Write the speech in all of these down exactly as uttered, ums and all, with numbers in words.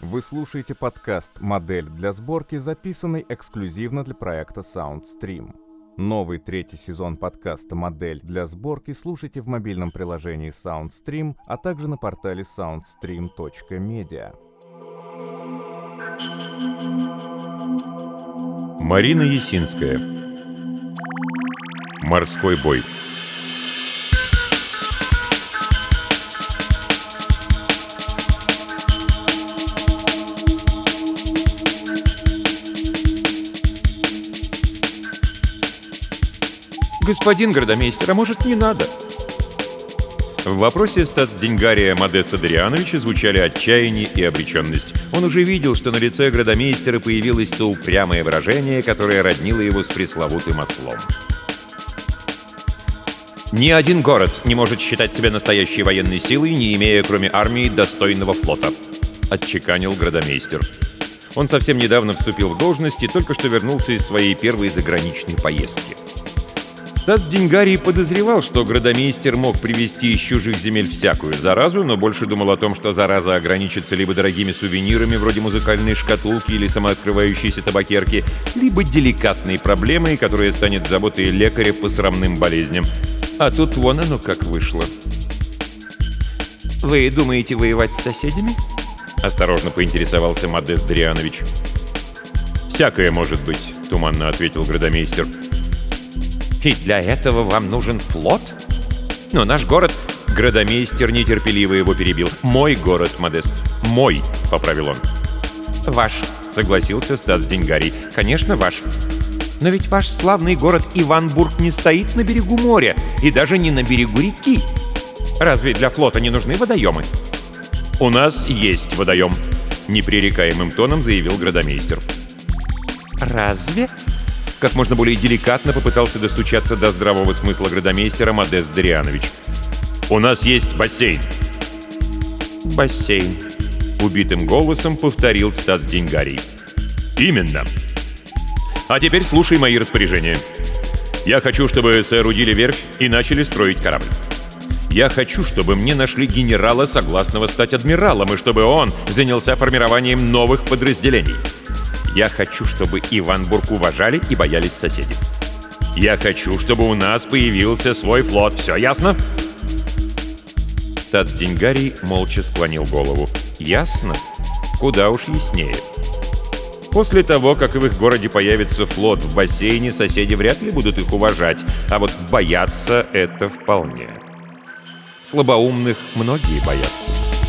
Вы слушаете подкаст «Модель для сборки», записанный эксклюзивно для проекта SoundStream. Новый третий сезон подкаста «Модель для сборки» слушайте в мобильном приложении SoundStream, а также на портале soundstream точка media. Марина Ясинская. Морской бой. «Господин градомейстер, а может, не надо?» В вопросе статсденьгария Модеста Дариановича звучали отчаяние и обреченность. Он уже видел, что на лице градомейстера появилось то упрямое выражение, которое роднило его с пресловутым ослом. «Ни один город не может считать себя настоящей военной силой, не имея, кроме армии, достойного флота», — отчеканил градомейстер. Он совсем недавно вступил в должность и только что вернулся из своей первой заграничной поездки. Статсденьгарий подозревал, что градомейстер мог привезти из чужих земель всякую заразу, но больше думал о том, что зараза ограничится либо дорогими сувенирами, вроде музыкальной шкатулки или самооткрывающейся табакерки, либо деликатной проблемой, которая станет заботой лекаря по срамным болезням. А тут вон оно как вышло. «Вы думаете воевать с соседями?» — осторожно поинтересовался Модест Дарианович. «Всякое может быть», — туманно ответил градомейстер. «И для этого вам нужен флот? Но наш город...» Градомейстер нетерпеливо его перебил. «Мой город, Модест. Мой», — поправил он. «Ваш», — согласился статсденьгарий. «Конечно, ваш. Но ведь ваш славный город Иванбург не стоит на берегу моря и даже не на берегу реки. Разве для флота не нужны водоемы?» «У нас есть водоем», — непререкаемым тоном заявил градомейстер. «Разве?» Как можно более деликатно попытался достучаться до здравого смысла градомейстера Модест Дарианович. «У нас есть бассейн». «Бассейн», — убитым голосом повторил статсденьгарий. «Именно. А теперь слушай мои распоряжения. Я хочу, чтобы соорудили верфь и начали строить корабль. Я хочу, чтобы мне нашли генерала, согласного стать адмиралом, и чтобы он занялся формированием новых подразделений. Я хочу, чтобы Иванбург уважали и боялись соседи. Я хочу, чтобы у нас появился свой флот. Все ясно?» Статсденьгарий молча склонил голову. «Ясно? Куда уж яснее. После того, как в их городе появится флот в бассейне, соседи вряд ли будут их уважать, а вот бояться — это вполне. Слабоумных многие боятся».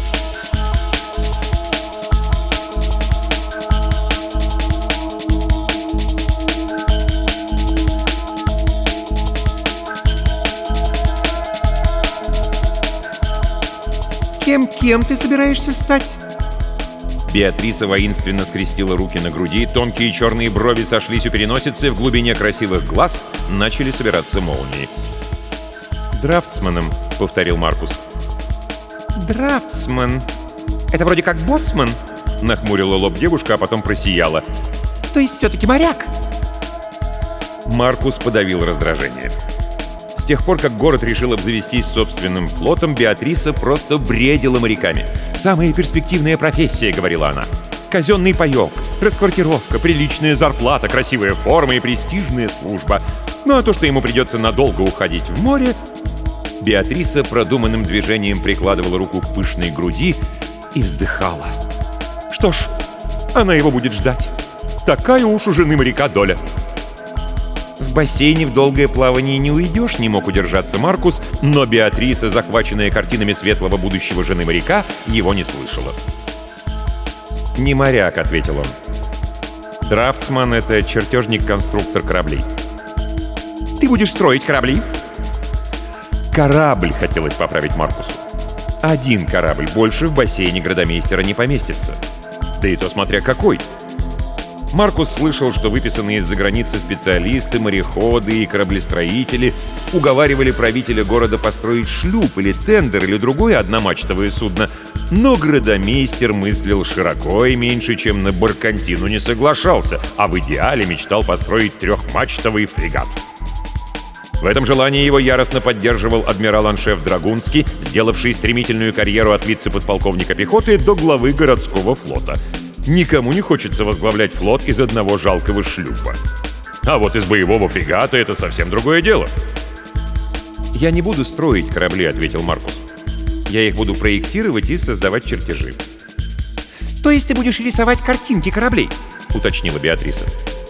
«Кем-кем ты собираешься стать?» Беатриса воинственно скрестила руки на груди, тонкие черные брови сошлись у переносицы, в глубине красивых глаз начали собираться молнии. «Драфтсманом», — повторил Маркус. «Драфтсман. Это вроде как боцман?» — нахмурила лоб девушка, а потом просияла. «То есть все-таки моряк?» Маркус подавил раздражение. С тех пор, как город решил обзавестись собственным флотом, Беатриса просто бредила моряками. «Самая перспективная профессия», — говорила она. «Казенный паёк, расквартировка, приличная зарплата, красивая форма и престижная служба. Ну а то, что ему придется надолго уходить в море...» Беатриса продуманным движением прикладывала руку к пышной груди и вздыхала. «Что ж, она его будет ждать. Такая уж у жены моряка доля». «В бассейне в долгое плавание не уйдешь», — не мог удержаться Маркус, но Беатриса, захваченная картинами светлого будущего жены моряка, его не слышала. «Не моряк», — ответил он. «Драфтсман — это чертежник-конструктор кораблей». «Ты будешь строить корабли?» «Корабль», — хотелось поправить Маркусу. «Один корабль, больше в бассейне градомейстера не поместится. Да и то смотря какой». Маркус слышал, что выписанные из-за границы специалисты, мореходы и кораблестроители уговаривали правителя города построить шлюп или тендер или другое одномачтовое судно, но градомейстер мыслил широко и меньше, чем на баркантину не соглашался, а в идеале мечтал построить трехмачтовый фрегат. В этом желании его яростно поддерживал адмирал-аншеф Драгунский, сделавший стремительную карьеру от вице-подполковника пехоты до главы городского флота. Никому не хочется возглавлять флот из одного жалкого шлюпа. А вот из боевого фрегата это совсем другое дело. «Я не буду строить корабли», — ответил Маркус. «Я их буду проектировать и создавать чертежи». То есть ты будешь рисовать картинки кораблей? — уточнила Беатриса.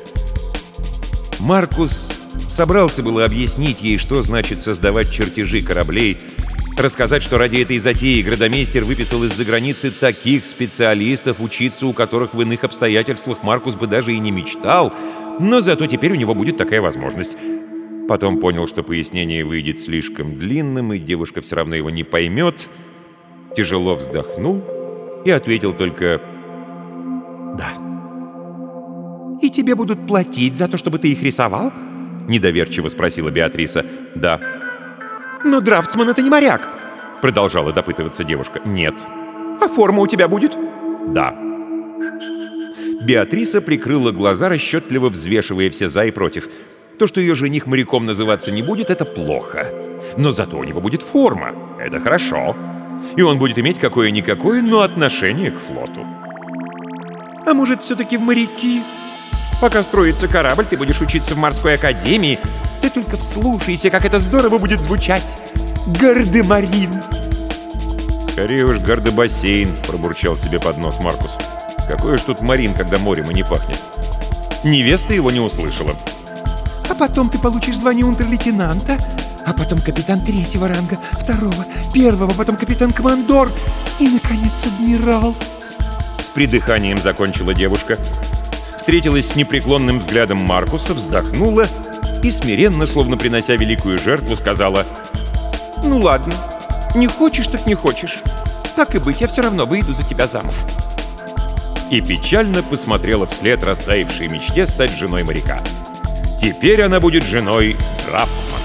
Маркус собрался было объяснить ей, что значит создавать чертежи кораблей, рассказать, что ради этой затеи градомейстер выписал из-за границы таких специалистов, учиться у которых в иных обстоятельствах Маркус бы даже и не мечтал, но зато теперь у него будет такая возможность. Потом понял, что пояснение выйдет слишком длинным, и девушка все равно его не поймет, тяжело вздохнул и ответил только «да». И тебе будут платить за то, чтобы ты их рисовал? Недоверчиво спросила Беатриса. «Да». Но драфтсман — это не моряк. Продолжала допытываться девушка. «Нет». А форма у тебя будет? «Да». Беатриса прикрыла глаза, расчетливо взвешивая все «за» и «против». То, что ее жених моряком называться не будет, это плохо. Но зато у него будет форма. Это хорошо. И он будет иметь какое-никакое, но отношение к флоту. А может, все-таки в моряки? Пока строится корабль, ты будешь учиться в морской академии. Ты только вслушайся, как это здорово будет звучать. Гардемарин. Скорее уж гардебассейн, пробурчал себе под нос Маркус. Какой уж тут марин, когда морем и не пахнет. Невеста его не услышала. А потом ты получишь звание унтер-лейтенанта, а потом капитан третьего ранга, второго, первого, потом капитан-командор и, наконец, адмирал. С придыханием закончила девушка, встретилась с непреклонным взглядом Маркуса, вздохнула и смиренно, словно принося великую жертву, сказала: «Ну ладно, не хочешь, так не хочешь. Так и быть, я все равно выйду за тебя замуж». И печально посмотрела вслед растаявшей мечте стать женой моряка. Теперь она будет женой драфтсмана.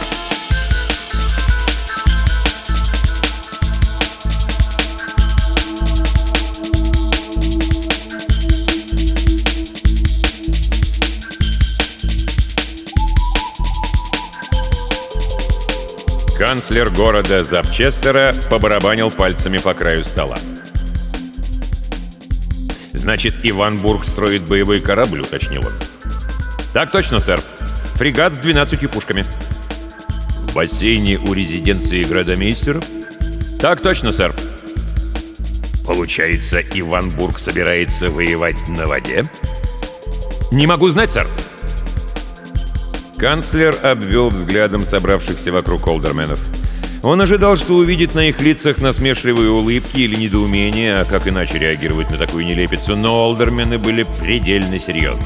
Канцлер города Запчестера побарабанил пальцами по краю стола. «Значит, Иван Бург строит боевой корабль», — уточнил он. «Так точно, сэр. Фрегат с двенадцатью пушками». «В бассейне у резиденции градомейстера?» «Так точно, сэр». «Получается, Иван Бург собирается воевать на воде?» «Не могу знать, сэр». Канцлер обвел взглядом собравшихся вокруг олдерменов. Он ожидал, что увидит на их лицах насмешливые улыбки или недоумение, а как иначе реагировать на такую нелепицу, но олдермены были предельно серьезны.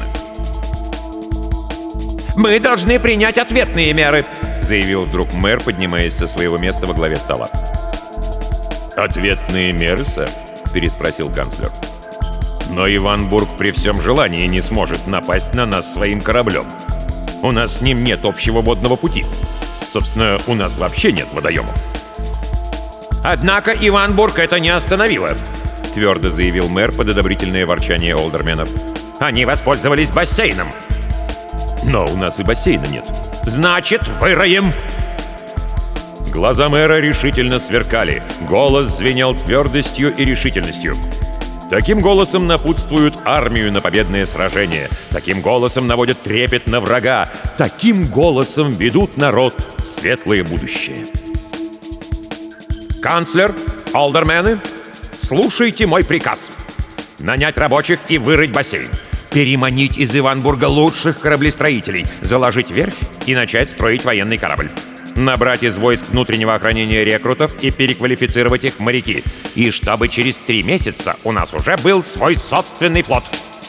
«Мы должны принять ответные меры», — заявил вдруг мэр, поднимаясь со своего места во главе стола. «Ответные меры, сэр?» — переспросил канцлер. «Но Иван Бург при всем желании не сможет напасть на нас своим кораблем. У нас с ним нет общего водного пути. Собственно, у нас вообще нет водоемов». «Однако Иван Бург это не остановило», — твердо заявил мэр под одобрительное ворчание олдерменов. «Они воспользовались бассейном». «Но у нас и бассейна нет». «Значит, выроем!» Глаза мэра решительно сверкали. Голос звенел твердостью и решительностью. Таким голосом напутствуют армию на победное сражение. Таким голосом наводят трепет на врага. Таким голосом ведут народ в светлое будущее. «Канцлер, олдермены, слушайте мой приказ. Нанять рабочих и вырыть бассейн. Переманить из Иванбурга лучших кораблестроителей, заложить верфь и начать строить военный корабль. Набрать из войск внутреннего охранения рекрутов и переквалифицировать их в моряки. И чтобы через три месяца у нас уже был свой собственный флот».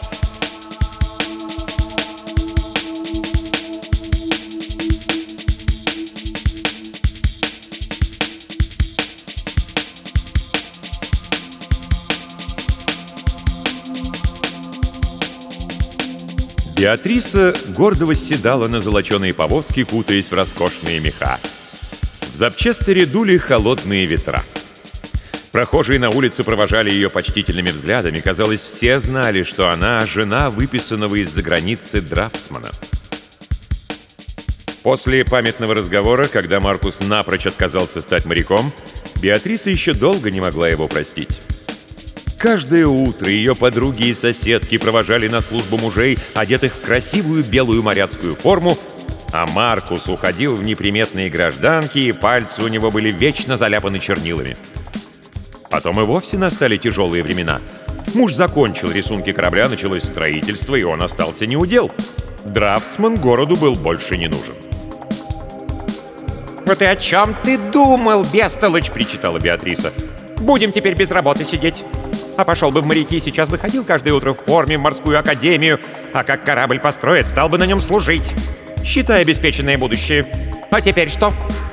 Беатриса гордо восседала на золоченой повозке, кутаясь в роскошные меха. В Запчестере дули холодные ветра. Прохожие на улице провожали ее почтительными взглядами. Казалось, все знали, что она жена выписанного из-за границы драфтсмана. После памятного разговора, когда Маркус напрочь отказался стать моряком, Беатриса еще долго не могла его простить. Каждое утро ее подруги и соседки провожали на службу мужей, одетых в красивую белую моряцкую форму, а Маркус уходил в неприметные гражданки, и пальцы у него были вечно заляпаны чернилами. Потом и вовсе настали тяжелые времена. Муж закончил рисунки корабля, началось строительство, и он остался неудел. Драфтсман городу был больше не нужен. «Вот и о чем ты думал, бестолочь?» — причитала Беатриса. «Будем теперь без работы сидеть. А пошел бы в моряки, сейчас бы ходил каждое утро в форме в морскую академию, а как корабль построит, стал бы на нем служить. Считай обеспеченное будущее. А теперь что?»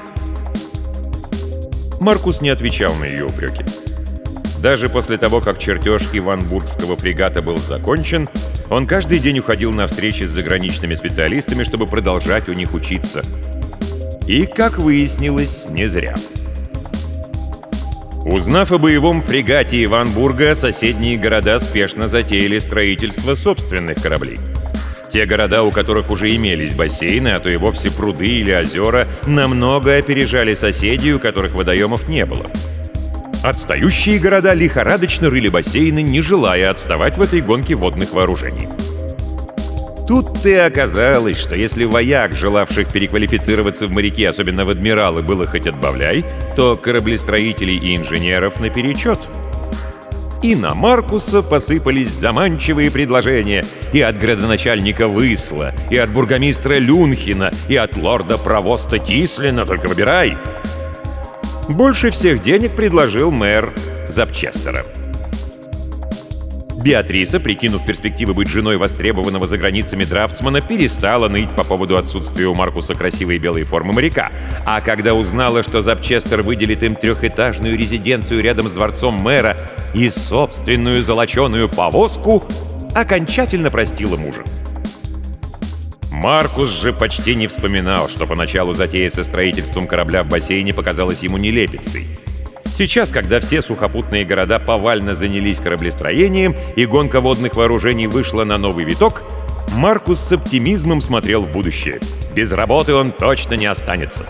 Маркус не отвечал на ее упреки. Даже после того, как чертеж Иванбургского фрегата был закончен, он каждый день уходил на встречи с заграничными специалистами, чтобы продолжать у них учиться. И, как выяснилось, не зря. Узнав о боевом фрегате Иванбурга, соседние города спешно затеяли строительство собственных кораблей. Те города, у которых уже имелись бассейны, а то и вовсе пруды или озера, намного опережали соседей, у которых водоемов не было. Отстающие города лихорадочно рыли бассейны, не желая отставать в этой гонке водных вооружений. Тут-то и оказалось, что если вояк, желавших переквалифицироваться в моряки, особенно в адмиралы, было хоть отбавляй, то кораблестроителей и инженеров наперечет. И на Маркуса посыпались заманчивые предложения и от градоначальника Высла, и от бургомистра Люнхена, и от лорда-провоста Тислина, только выбирай. Больше всех денег предложил мэр Запчестера. Беатриса, прикинув перспективы быть женой востребованного за границами драфтсмана, перестала ныть по поводу отсутствия у Маркуса красивой белой формы моряка. А когда узнала, что Запчестер выделит им трехэтажную резиденцию рядом с дворцом мэра и собственную золоченую повозку, окончательно простила мужа. Маркус же почти не вспоминал, что поначалу затея со строительством корабля в бассейне показалась ему нелепицей. Сейчас, когда все сухопутные города повально занялись кораблестроением и гонка водных вооружений вышла на новый виток, Маркус с оптимизмом смотрел в будущее. Без работы он точно не останется.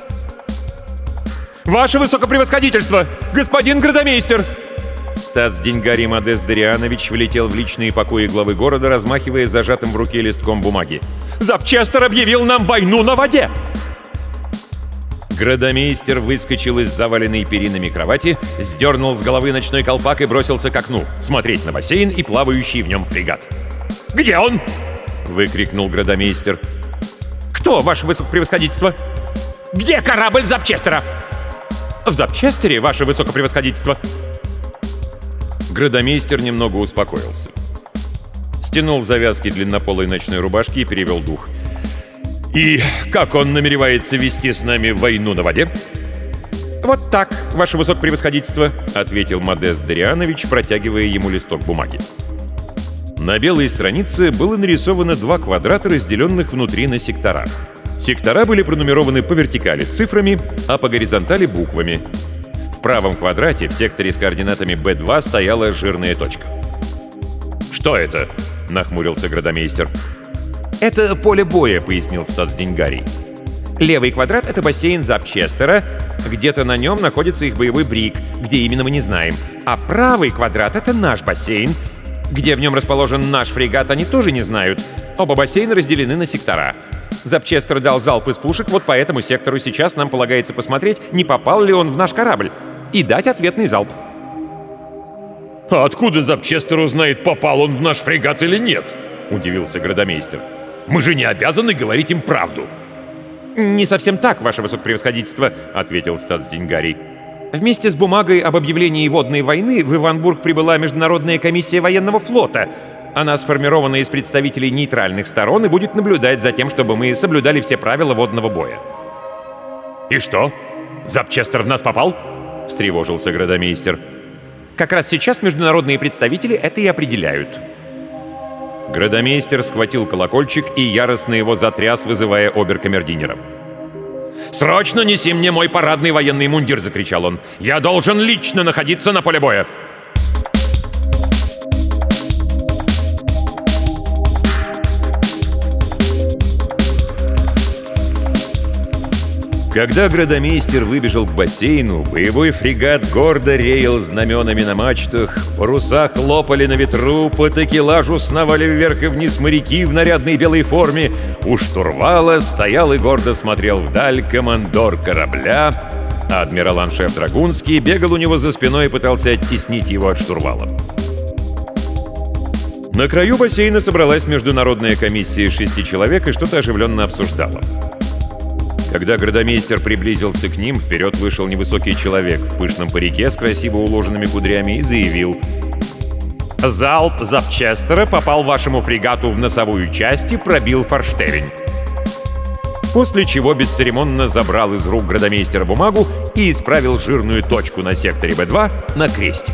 «Ваше высокопревосходительство! Господин градомейстер!» Статс-деньгарий Модест Дарианович влетел в личные покои главы города, размахивая зажатым в руке листком бумаги. «Запчестер объявил нам войну на воде!» Градомейстер выскочил из заваленной перинами кровати, сдернул с головы ночной колпак и бросился к окну, смотреть на бассейн и плавающий в нем фрегат. «Где он?» — выкрикнул градомейстер. «Кто, ваше высокопревосходительство? Где корабль Запчестера?» «В Запчестере, ваше высокопревосходительство». Градомейстер немного успокоился. Стянул завязки длиннополой ночной рубашки и перевел дух. «И как он намеревается вести с нами войну на воде?» «Вот так, ваше высокопревосходительство», — ответил Модест Дарианович, протягивая ему листок бумаги. На белой странице было нарисовано два квадрата, разделенных внутри на сектора. Сектора были пронумерованы по вертикали цифрами, а по горизонтали буквами. В правом квадрате в секторе с координатами бэ два стояла жирная точка. «Что это?» — нахмурился градомейстер. «Это поле боя», — пояснил статс-деньгарий. «Левый квадрат — это бассейн Запчестера. Где-то на нем находится их боевой бриг, где именно мы не знаем. А правый квадрат — это наш бассейн. Где в нем расположен наш фрегат, они тоже не знают. Оба бассейна разделены на сектора. Запчестер дал залп из пушек, вот по этому сектору сейчас нам полагается посмотреть, не попал ли он в наш корабль, и дать ответный залп». «А откуда Запчестер узнает, попал он в наш фрегат или нет?» — удивился градомейстер. «Мы же не обязаны говорить им правду». «Не совсем так, ваше высокопревосходительство», — ответил статс-деньгарий. «Вместе с бумагой об объявлении водной войны в Иванбург прибыла Международная комиссия военного флота. Она сформирована из представителей нейтральных сторон и будет наблюдать за тем, чтобы мы соблюдали все правила водного боя». «И что? Запчестер в нас попал?» — встревожился градомейстер. «Как раз сейчас международные представители это и определяют». Градомейстер схватил колокольчик и яростно его затряс, вызывая обер-камердинера. «Срочно неси мне мой парадный военный мундир!» — закричал он. «Я должен лично находиться на поле боя!» Когда градомейстер выбежал к бассейну, боевой фрегат гордо реял знаменами на мачтах, паруса хлопали на ветру, по такелажу сновали вверх и вниз моряки в нарядной белой форме. У штурвала стоял и гордо смотрел вдаль командор корабля, а адмирал-аншеф Драгунский бегал у него за спиной и пытался оттеснить его от штурвала. На краю бассейна собралась международная комиссия из шести человек и что-то оживленно обсуждала. Когда градомейстер приблизился к ним, вперед вышел невысокий человек в пышном парике с красиво уложенными кудрями и заявил: «Залп Запчестера попал вашему фрегату в носовую часть и пробил форштевень». После чего бесцеремонно забрал из рук градомейстера бумагу и исправил жирную точку на секторе Бэ два на крестик.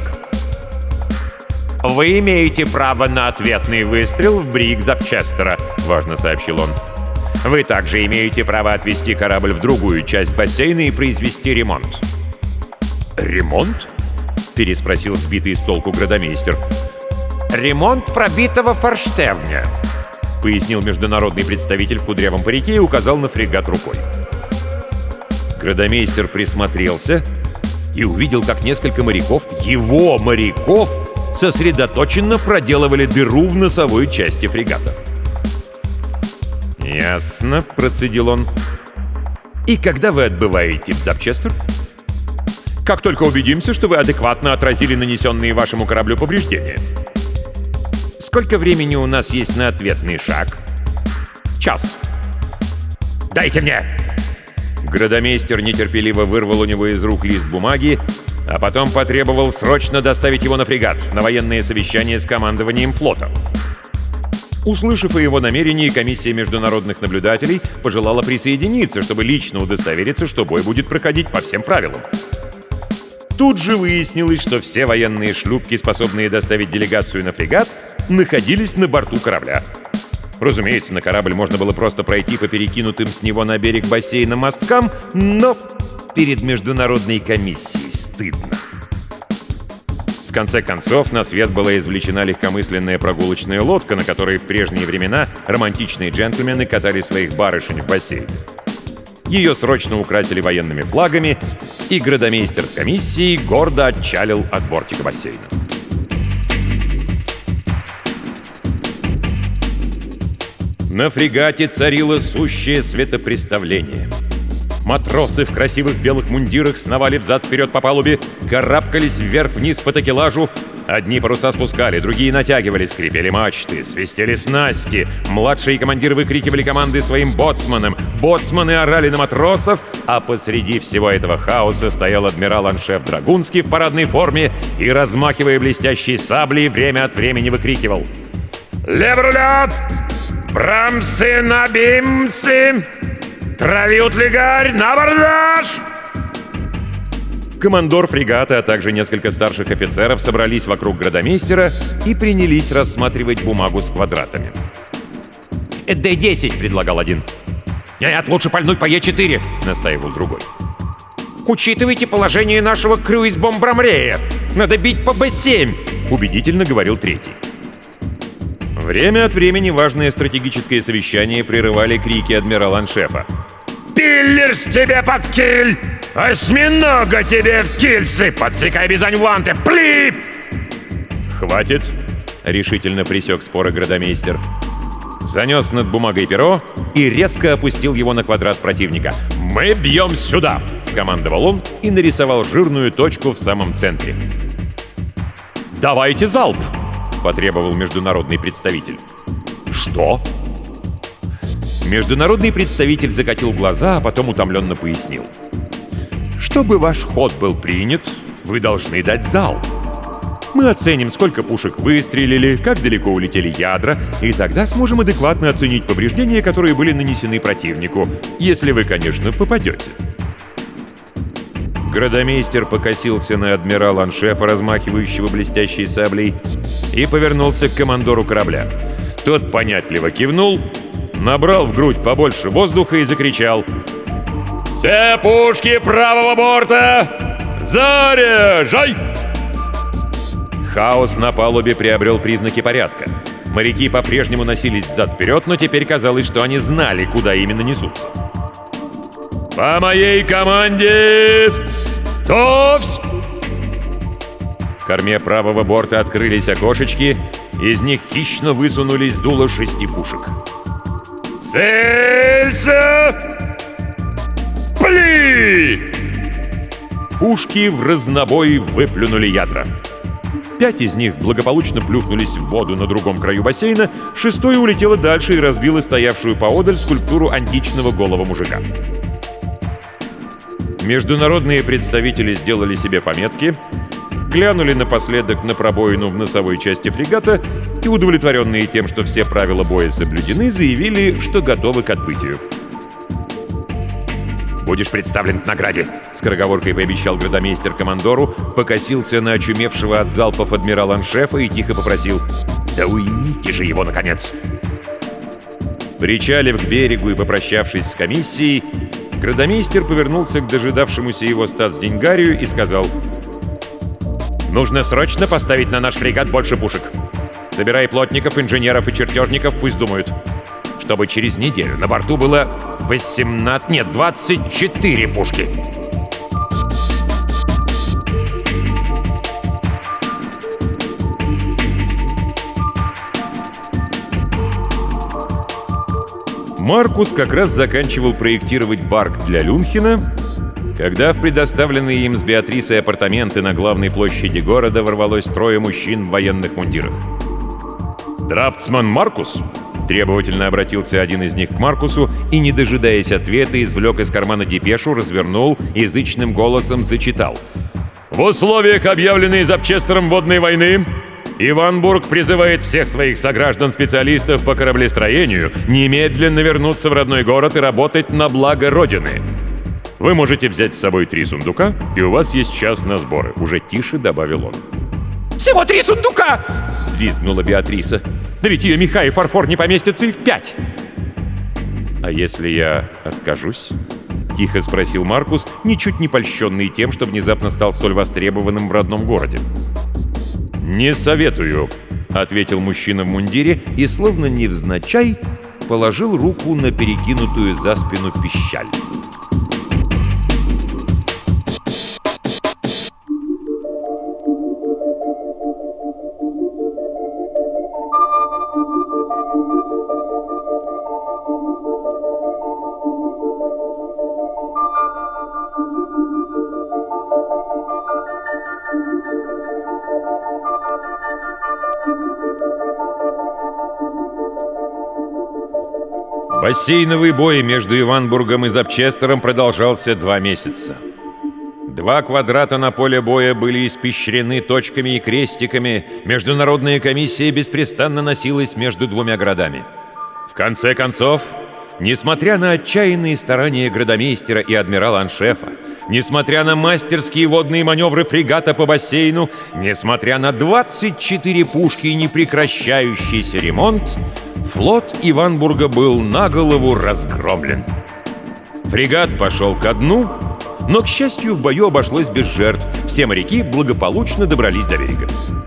«Вы имеете право на ответный выстрел в бриг Запчестера», — важно сообщил он. «Вы также имеете право отвести корабль в другую часть бассейна и произвести ремонт». «Ремонт?» — переспросил сбитый с толку градомейстер. «Ремонт пробитого форштевня», — пояснил международный представитель в кудрявом парике и указал на фрегат рукой. Градомейстер присмотрелся и увидел, как несколько моряков, его моряков, сосредоточенно проделывали дыру в носовой части фрегата. «Ясно», — процедил он. «И когда вы отбываете в Запчестер?» «Как только убедимся, что вы адекватно отразили нанесенные вашему кораблю повреждения». «Сколько времени у нас есть на ответный шаг?» «Час». «Дайте мне!» Градомейстер нетерпеливо вырвал у него из рук лист бумаги, а потом потребовал срочно доставить его на фрегат, на военное совещание с командованием флота. Услышав о его намерении, комиссия международных наблюдателей пожелала присоединиться, чтобы лично удостовериться, что бой будет проходить по всем правилам. Тут же выяснилось, что все военные шлюпки, способные доставить делегацию на фрегат, находились на борту корабля. Разумеется, на корабль можно было просто пройти по перекинутым с него на берег бассейна мосткам, но перед международной комиссией стыдно. В конце концов, на свет была извлечена легкомысленная прогулочная лодка, на которой в прежние времена романтичные джентльмены катали своих барышень в бассейне. Ее срочно украсили военными флагами, и градомейстер с комиссией гордо отчалил от бортика бассейна. На фрегате царило сущее светопреставление. Матросы в красивых белых мундирах сновали взад-вперед по палубе, карабкались вверх-вниз по такелажу. Одни паруса спускали, другие натягивали, скрипели мачты, свистели снасти. Младшие командиры выкрикивали команды своим боцманам. Боцманы орали на матросов, а посреди всего этого хаоса стоял адмирал-аншеф Драгунский в парадной форме и, размахивая блестящие сабли, время от времени выкрикивал: «Левый руля! Брамсы на бимсы! Травют лигарь на абордаж!» Командор фрегата, а также несколько старших офицеров собрались вокруг градомейстера и принялись рассматривать бумагу с квадратами. «Дэ десять», — предлагал один. «Нет, лучше пальнуть по Е четыре», — настаивал другой. «Учитывайте положение нашего круиз-бомбрамрея. Надо бить по Бэ семь», — убедительно говорил третий. Время от времени важное стратегическое совещание прерывали крики адмирала-аншефа. «Пиллерс тебе под киль! Осьминога тебе в кильцы! Подсекай бизань-ванты! Пли!» «Хватит!» — решительно пресек споры градомейстер. Занес над бумагой перо и резко опустил его на квадрат противника. «Мы бьем сюда!» — скомандовал он и нарисовал жирную точку в самом центре. «Давайте залп!» — потребовал международный представитель. «Что?» Международный представитель закатил глаза, а потом утомленно пояснил. «Чтобы ваш ход был принят, вы должны дать залп. Мы оценим, сколько пушек выстрелили, как далеко улетели ядра, и тогда сможем адекватно оценить повреждения, которые были нанесены противнику, если вы, конечно, попадете». Градомейстер покосился на адмирала-аншефа, размахивающего блестящей саблей, и повернулся к командору корабля. Тот понятливо кивнул, набрал в грудь побольше воздуха и закричал: «Все пушки правого борта! Заряжай!» Хаос на палубе приобрел признаки порядка. Моряки по-прежнему носились взад-вперед, но теперь казалось, что они знали, куда именно несутся. По моей команде! Товсь! В корме правого борта открылись окошечки, из них хищно высунулись дула шести пушек. Целься! Пли! Пушки в разнобой выплюнули ядра. Пять из них благополучно плюхнулись в воду на другом краю бассейна, шестое улетело дальше и разбило стоявшую поодаль скульптуру античного голого мужика. Международные представители сделали себе пометки, глянули напоследок на пробоину в носовой части фрегата и, удовлетворенные тем, что все правила боя соблюдены, заявили, что готовы к отбытию. «Будешь представлен к награде!» — скороговоркой пообещал градомейстер командору, покосился на очумевшего от залпов адмирала-аншефа и тихо попросил: «Да уймите же его, наконец!» Причалив к берегу и попрощавшись с комиссией, градомейстер повернулся к дожидавшемуся его статсденьгарию и сказал: «Нужно срочно поставить на наш фрегат больше пушек. Собирай плотников, инженеров и чертежников, пусть думают. Чтобы через неделю на борту было восемнадцать, нет, двадцать четыре пушки». Маркус как раз заканчивал проектировать барк для Люнхена, когда в предоставленные им с Беатрисой апартаменты на главной площади города ворвалось трое мужчин в военных мундирах. «Драфтсман Маркус?» Требовательно обратился один из них к Маркусу и, не дожидаясь ответа, извлек из кармана депешу, развернул и язычным голосом зачитал. «В условиях, объявленной Запчестером водной войны, Иванбург призывает всех своих сограждан-специалистов по кораблестроению немедленно вернуться в родной город и работать на благо Родины. Вы можете взять с собой три сундука, и у вас есть час на сборы», — уже тише добавил он. «Всего три сундука!» — взвизгнула Беатриса. «Да ведь ее меха и фарфор не поместятся и в пять!» «А если я откажусь?» — тихо спросил Маркус, ничуть не польщенный тем, что внезапно стал столь востребованным в родном городе. «Не советую», — ответил мужчина в мундире и, словно невзначай, положил руку на перекинутую за спину пищаль. Бассейновый бой между Иванбургом и Запчестером продолжался два месяца. Два квадрата на поле боя были испещрены точками и крестиками. Международная комиссия беспрестанно носилась между двумя городами. В конце концов, несмотря на отчаянные старания градомейстера и адмирала-аншефа, несмотря на мастерские водные маневры фрегата по бассейну, несмотря на двадцать четыре пушки и непрекращающийся ремонт, флот Иванбурга был на голову разгромлен. Фрегат пошел ко дну, но, к счастью, в бою обошлось без жертв. Все моряки благополучно добрались до берега.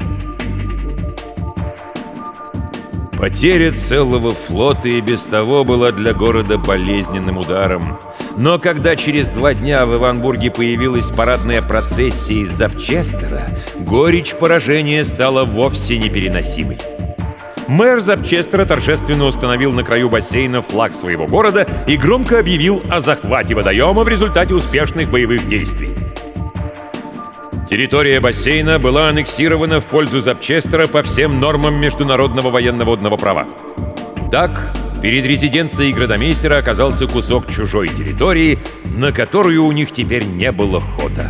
Потеря целого флота и без того была для города болезненным ударом. Но когда через два дня в Иванбурге появилась парадная процессия из Запчестера, горечь поражения стала вовсе непереносимой. Мэр Запчестера торжественно установил на краю бассейна флаг своего города и громко объявил о захвате водоема в результате успешных боевых действий. Территория бассейна была аннексирована в пользу Запчестера по всем нормам международного военно-водного права. Так, перед резиденцией градомейстера оказался кусок чужой территории, на которую у них теперь не было хода.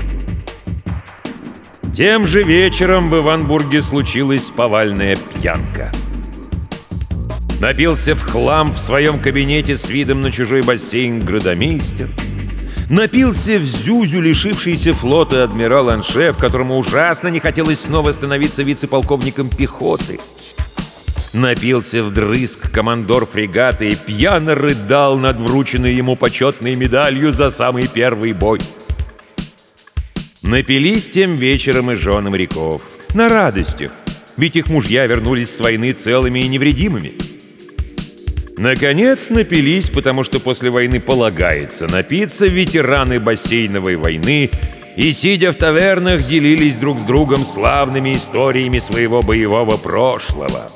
Тем же вечером в Иванбурге случилась повальная пьянка. Напился в хлам в своем кабинете с видом на чужой бассейн градомейстер. Напился в зюзю лишившийся флота адмирал-аншеф, которому ужасно не хотелось снова становиться вице-полковником пехоты. Напился вдрызг командор фрегата и пьяно рыдал над врученной ему почетной медалью за самый первый бой. Напились тем вечером и жены моряков. На радостях, ведь их мужья вернулись с войны целыми и невредимыми. Наконец напились, потому что после войны полагается напиться, ветераны бассейновой войны, и, сидя в тавернах, делились друг с другом славными историями своего боевого прошлого.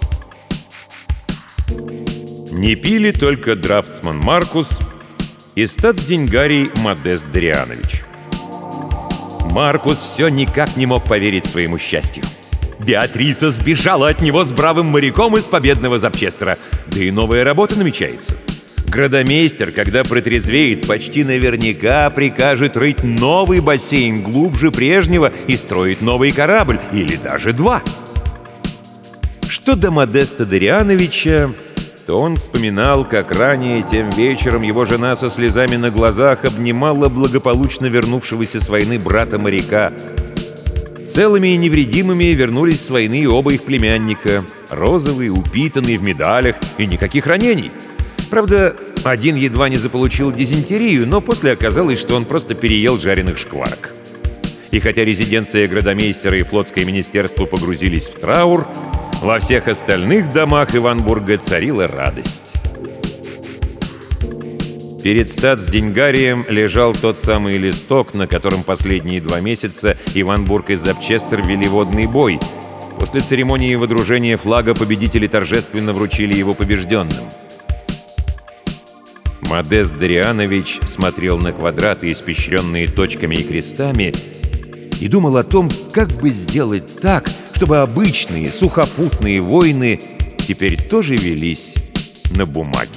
Не пили только драфтсман Маркус и статсденьгарий Модест Дарианович. Маркус все никак не мог поверить своему счастью. Беатриса сбежала от него с бравым моряком из победного Запчестера, да и новая работа намечается. Градомейстер, когда протрезвеет, почти наверняка прикажет рыть новый бассейн глубже прежнего и строить новый корабль, или даже два. Что до Модеста Дариановича, то он вспоминал, как ранее тем вечером его жена со слезами на глазах обнимала благополучно вернувшегося с войны брата-моряка. Целыми и невредимыми вернулись с войны оба их племянника, розовые, упитанные, в медалях и никаких ранений. Правда, один едва не заполучил дизентерию, но после оказалось, что он просто переел жареных шкварок. И хотя резиденция градомейстера и флотское министерство погрузились в траур, во всех остальных домах Иванбурга царила радость. Перед статсденьгарием лежал тот самый листок, на котором последние два месяца Иванбург и Запчестер вели водный бой. После церемонии водружения флага победители торжественно вручили его побежденным. Модест Дарианович смотрел на квадраты, испещренные точками и крестами, и думал о том, как бы сделать так, чтобы обычные сухопутные войны теперь тоже велись на бумаге.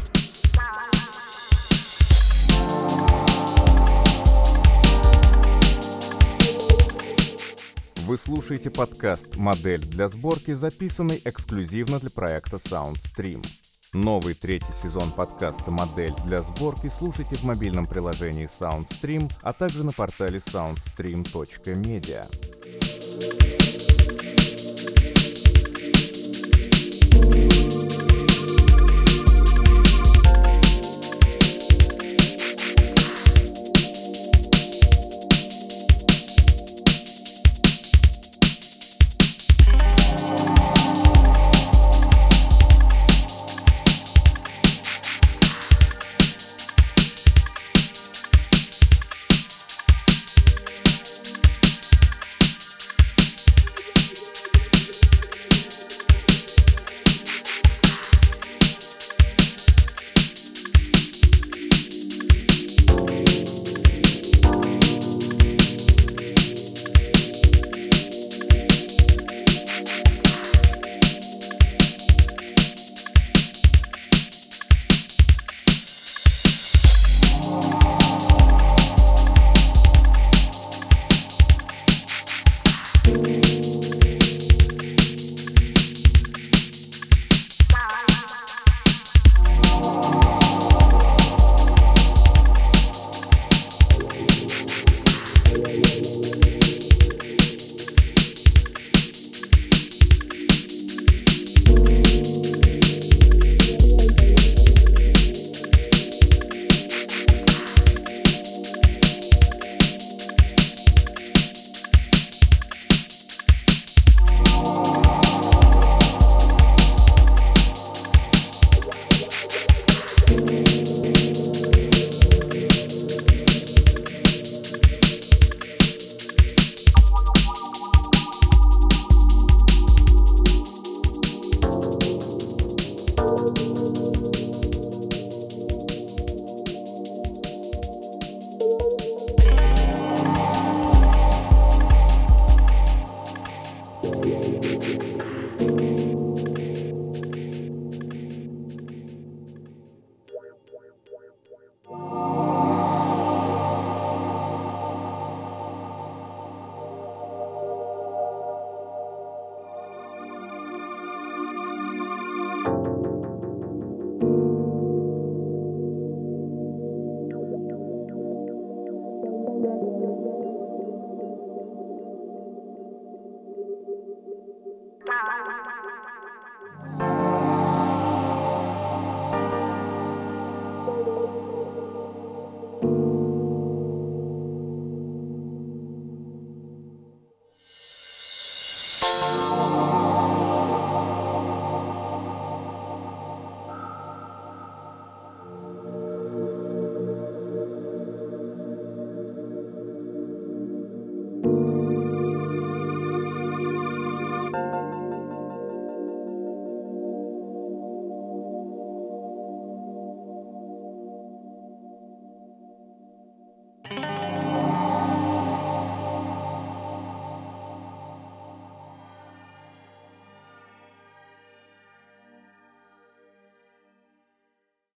Вы слушаете подкаст «Модель для сборки», записанный эксклюзивно для проекта SoundStream. Новый третий сезон подкаста «Модель для сборки» слушайте в мобильном приложении SoundStream, а также на портале soundstream точка media.